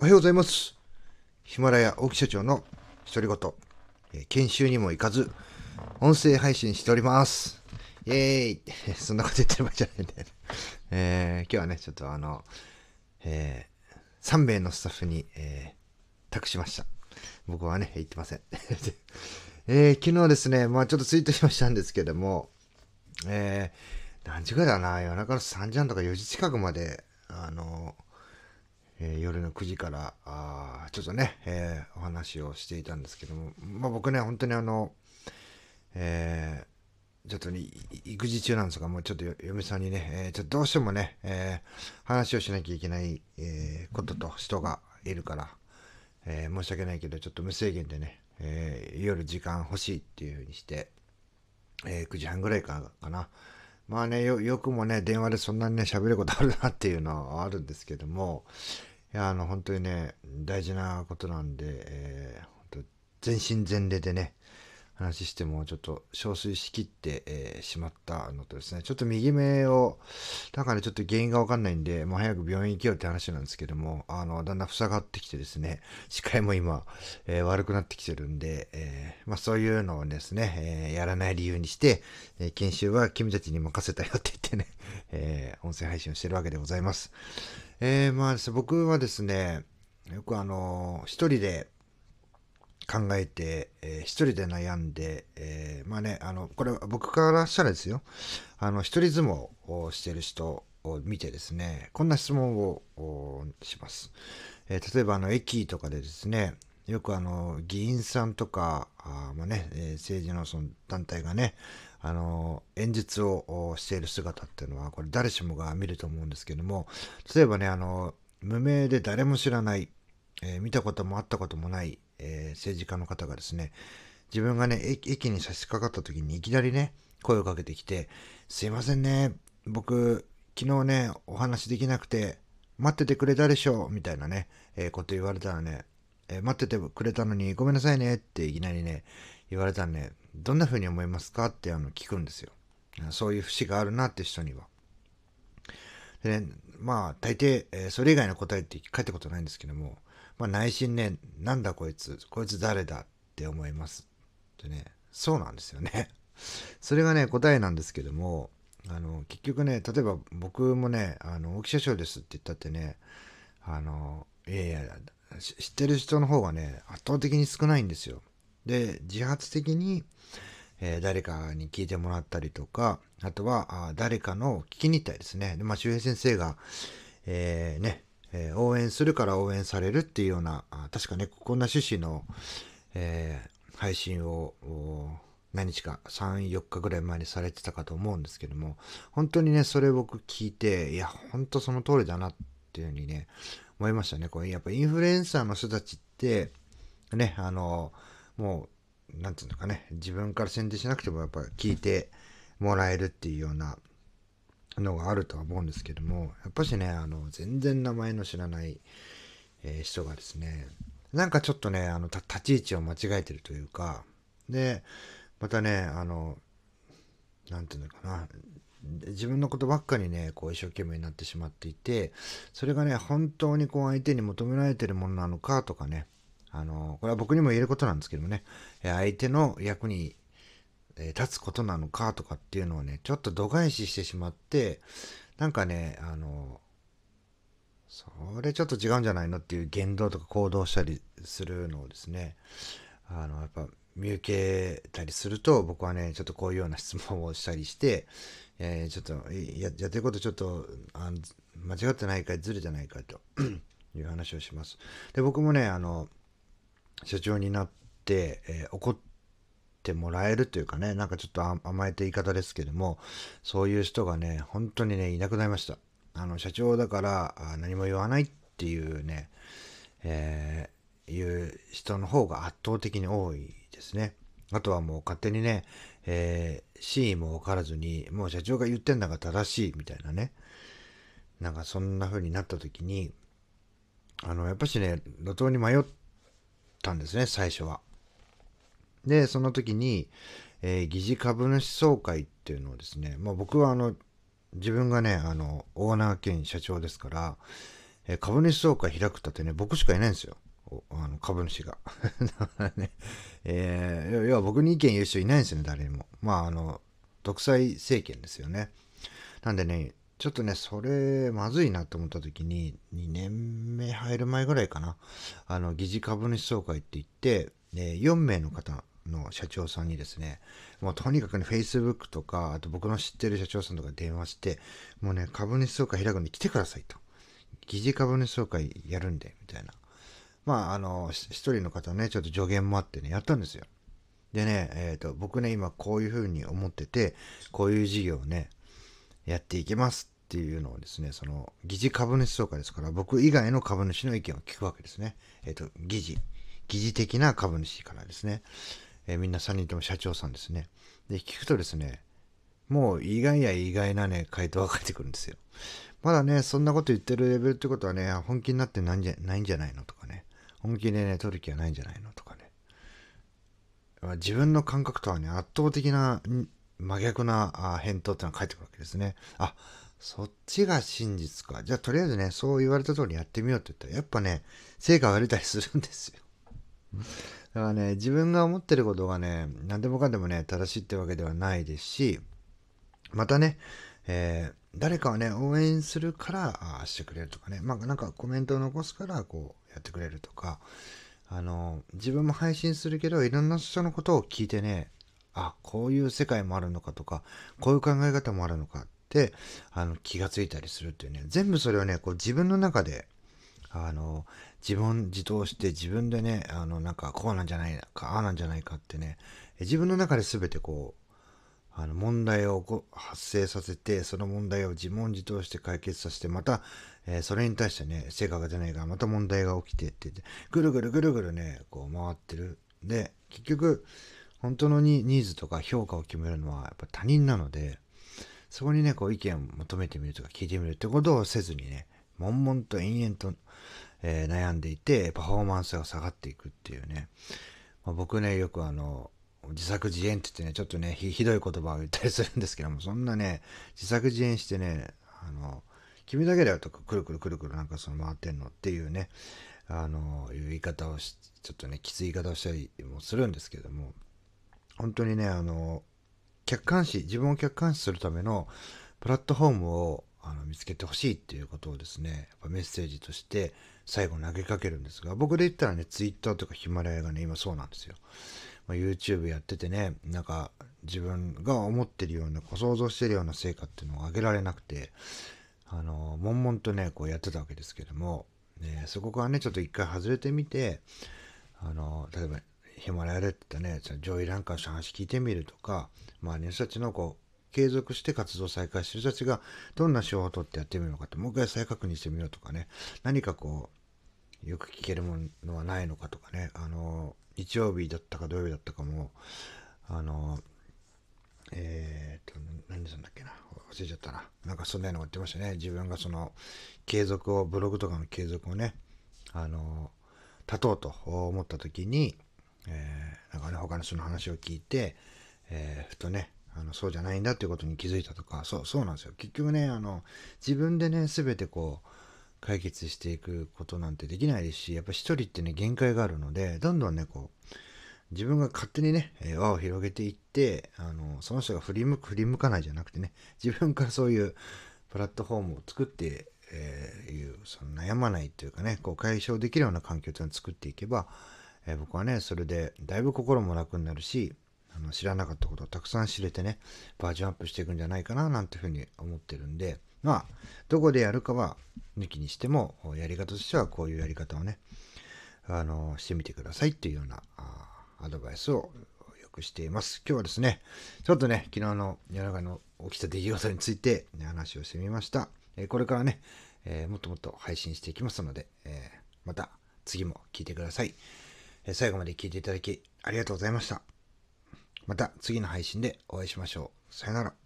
おはようございます。ヒマラヤ大木社長の独り言、研修にも行かず、音声配信しております。イエーイそんなこと言ってる場合じゃないんだよね。今日はね、ちょっと3名のスタッフに、託しました。僕はね、言ってません。昨日ですね、ちょっとツイートしましたんですけども、何時ぐらいだな、夜中の3時半とか4時近くまで、夜の9時からちょっとね、お話をしていたんですけども、僕ね、本当にちょっとね、育児中なんですが、もうちょっと嫁さんにね、ちょっとどうしてもね、話をしなきゃいけない、ことと人がいるから、申し訳ないけど、ちょっと無制限でね、夜時間欲しいっていうふうにして、9時半ぐらいかな。まあね、よくもね、電話でそんなにね、喋ることあるなっていうのはあるんですけども、いや、本当にね、大事なことなんで、本当全身全霊でね、話してもちょっと憔悴しきって、しまったのとですね、ちょっと右目を、だからちょっと原因がわかんないんで、もう早く病院行けよって話なんですけども、だんだん塞がってきてですね、視界も今、悪くなってきてるんで、そういうのをですね、やらない理由にして、研修は君たちに任せたよって言ってね、音声配信をしてるわけでございます。ですね、僕はですね、よく一人で考えて、一人で悩んで、これは僕からしたらですよ、一人相撲をしてる人を見てですね、こんな質問をします。例えば駅とかでですね、よく議員さんとか、政治のその団体がね、演説をしている姿っていうのは、これ誰しもが見ると思うんですけども、例えばね、無名で誰も知らない、見たことも会ったこともない、政治家の方がですね、自分がね、駅に差し掛かった時にいきなりね、声をかけてきて、すいませんね、僕、昨日ね、お話できなくて、待っててくれたでしょみたいなね、こと言われたらね、待っててくれたのにごめんなさいねっていきなりね、言われたらね、どんな風に思いますかって聞くんですよ。そういう節があるなって人には。でね、大抵、それ以外の答えって返ってことないんですけども、内心ね、なんだこいつ、こいつ誰だって思います。でね、そうなんですよね。それがね、答えなんですけども、結局ね、例えば僕もね、大木社長ですって言ったってね、いやいや、知ってる人の方がね、圧倒的に少ないんですよ。で、自発的に、誰かに聞いてもらったりとか、あとは誰かの聞きに行ったりですね。で、周平先生が、応援するから応援されるっていうような、確かね、こんな趣旨の、配信を何日か3、4日ぐらい前にされてたかと思うんですけども、本当にね、それ僕聞いて、いや、本当その通りだなっていうふうにね、思いましたね。これやっぱインフルエンサーの人たちって、ね、もう、なんていうのかね、自分から宣伝しなくてもやっぱ聞いてもらえるっていうようなのがあるとは思うんですけども、やっぱしね、全然名前の知らない、人がですね、なんかちょっとね、立ち位置を間違えてるというか、で、またね、なんていうのかな、自分のことばっかりね、こう一生懸命になってしまっていて、それがね、本当にこう相手に求められてるものなのかとかね、これは僕にも言えることなんですけどもね、相手の役に立つことなのかとかっていうのをね、ちょっと度外視してしまって、なんかね、それちょっと違うんじゃないのっていう言動とか行動したりするのをですね、やっぱ見受けたりすると、僕はね、ちょっとこういうような質問をしたりして、ちょっとやってることちょっと間違ってないかい、ずれじゃないかという話をします。で、僕もね、社長になって、怒ってもらえるというかね、なんかちょっと甘えて言い方ですけども、そういう人がね、本当にね、いなくなりました。社長だから何も言わないっていうね、いう人の方が圧倒的に多いですね。あとはもう勝手にね、真意も分からずに、もう社長が言ってんだが正しいみたいなね、なんかそんな風になった時に、やっぱしね、路頭に迷ったんですね、最初は。で、その時に、疑似株主総会っていうのをですね、僕は自分がね、オーナー兼社長ですから、 株主総会開くったってね、僕しかいないんですよ。株主が。だからね、要は僕に意見言う人いないんですよね、誰にも。独裁政権ですよね。なんでね、ちょっとね、それまずいなと思った時に、2年目入る前ぐらいかな。疑似株主総会って言って、4名の方の社長さんにですね、もうとにかくね、Facebook とか、あと僕の知ってる社長さんとか電話して、もうね、株主総会開くんで来てくださいと。疑似株主総会やるんで、みたいな。一人の方ね、ちょっと助言もあってね、やったんですよ。でね、僕ね、今こういうふうに思ってて、こういう事業をね、やっていきますっていうのをですね、その疑似株主総会ですから、僕以外の株主の意見を聞くわけですね。疑似的な株主からですね、みんな3人とも社長さんですね。で、聞くとですね、もう意外や意外なね、回答が返ってくるんですよ。まだね、そんなこと言ってるレベルってことはね、本気になってないんじゃないのとかね、本気でね、取る気はないんじゃないのとかね。自分の感覚とはね、圧倒的な真逆な返答ってのが返ってくるわけですね。あ、そっちが真実か。じゃあとりあえずね、そう言われた通りやってみようって言ったら、やっぱね、成果が出たりするんですよ。だからね、自分が思ってることがね、何でもかんでもね、正しいってわけではないですし、またね、誰かをね、応援するからしてくれるとかね、なんかコメントを残すからこうやってくれるとか、自分も配信するけど、いろんな人のことを聞いてね、あ、こういう世界もあるのかとか、こういう考え方もあるのかって、気がついたりするっていうね、全部それをね、こう自分の中で、あの、自問自答して自分でね、なんかこうなんじゃないか、ああなんじゃないかってね、自分の中で全てこう、問題を発生させて、その問題を自問自答して解決させて、また、それに対してね、成果が出ないから、また問題が起きてって言って、ぐるぐるぐるぐるね、こう回ってる。で、結局、本当のニーズとか評価を決めるのはやっぱ他人なので、そこにね、こう意見を求めてみるとか聞いてみるってことをせずにね、悶々と延々と、悩んでいて、パフォーマンスが下がっていくっていうね。僕ね、よく自作自演って言ってね、ちょっとね、ひどい言葉を言ったりするんですけども、そんなね、自作自演してね、君だけだよとか、くるくるくるくるなんかその回ってんのっていうね、いう言い方をちょっとね、きつい言い方をしたりもするんですけども、本当にね、自分を客観視するためのプラットフォームを見つけてほしいっていうことをですね、やっぱメッセージとして最後投げかけるんですが、僕で言ったらね、ツイッターとかヒマラヤがね、今そうなんですよ。YouTube やっててね、なんか自分が思ってるような、想像してるような成果っていうのを上げられなくて、悶々とね、こうやってたわけですけども、そこからね、ちょっと一回外れてみて、例えばヒマラヤでってね、上位ランカーの話聞いてみるとか、周りの人たちのこう、継続して活動を再開してる人たちがどんな手法を取ってやってみるのかって、もう一回再確認してみようとかね、何かこう、よく聞けるものはないのかとかね、日曜日だったか土曜日だったかも、あの、何でしたんだっけな、忘れちゃったな。なんかそんなのが言ってましたね。自分がその、ブログとかの継続をね、立とうと思った時に、なんかね、他の人の話を聞いて、ふとね、そうじゃないんだっていうことに気づいたとか、そうなんですよ。結局ね、自分でね、すべてこう、解決していくことなんてできないですし、やっぱ一人ってね、限界があるので、どんどんね、こう、自分が勝手にね、輪を広げていって、その人が振り向かないじゃなくてね、自分からそういうプラットフォームを作って、その悩まないというかね、こう解消できるような環境というのを作っていけば、僕はね、それでだいぶ心も楽になるし、知らなかったことをたくさん知れてね、バージョンアップしていくんじゃないかな、なんていうふうに思ってるんで、どこでやるかは抜きにしても、やり方としてはこういうやり方をね、してみてくださいっていうようなアドバイスをよくしています。今日はですね、ちょっとね、昨日の夜中の起きた出来事について、ね、話をしてみました。これからね、もっともっと配信していきますので、また次も聞いてください。最後まで聞いていただきありがとうございました。また次の配信でお会いしましょう。さよなら。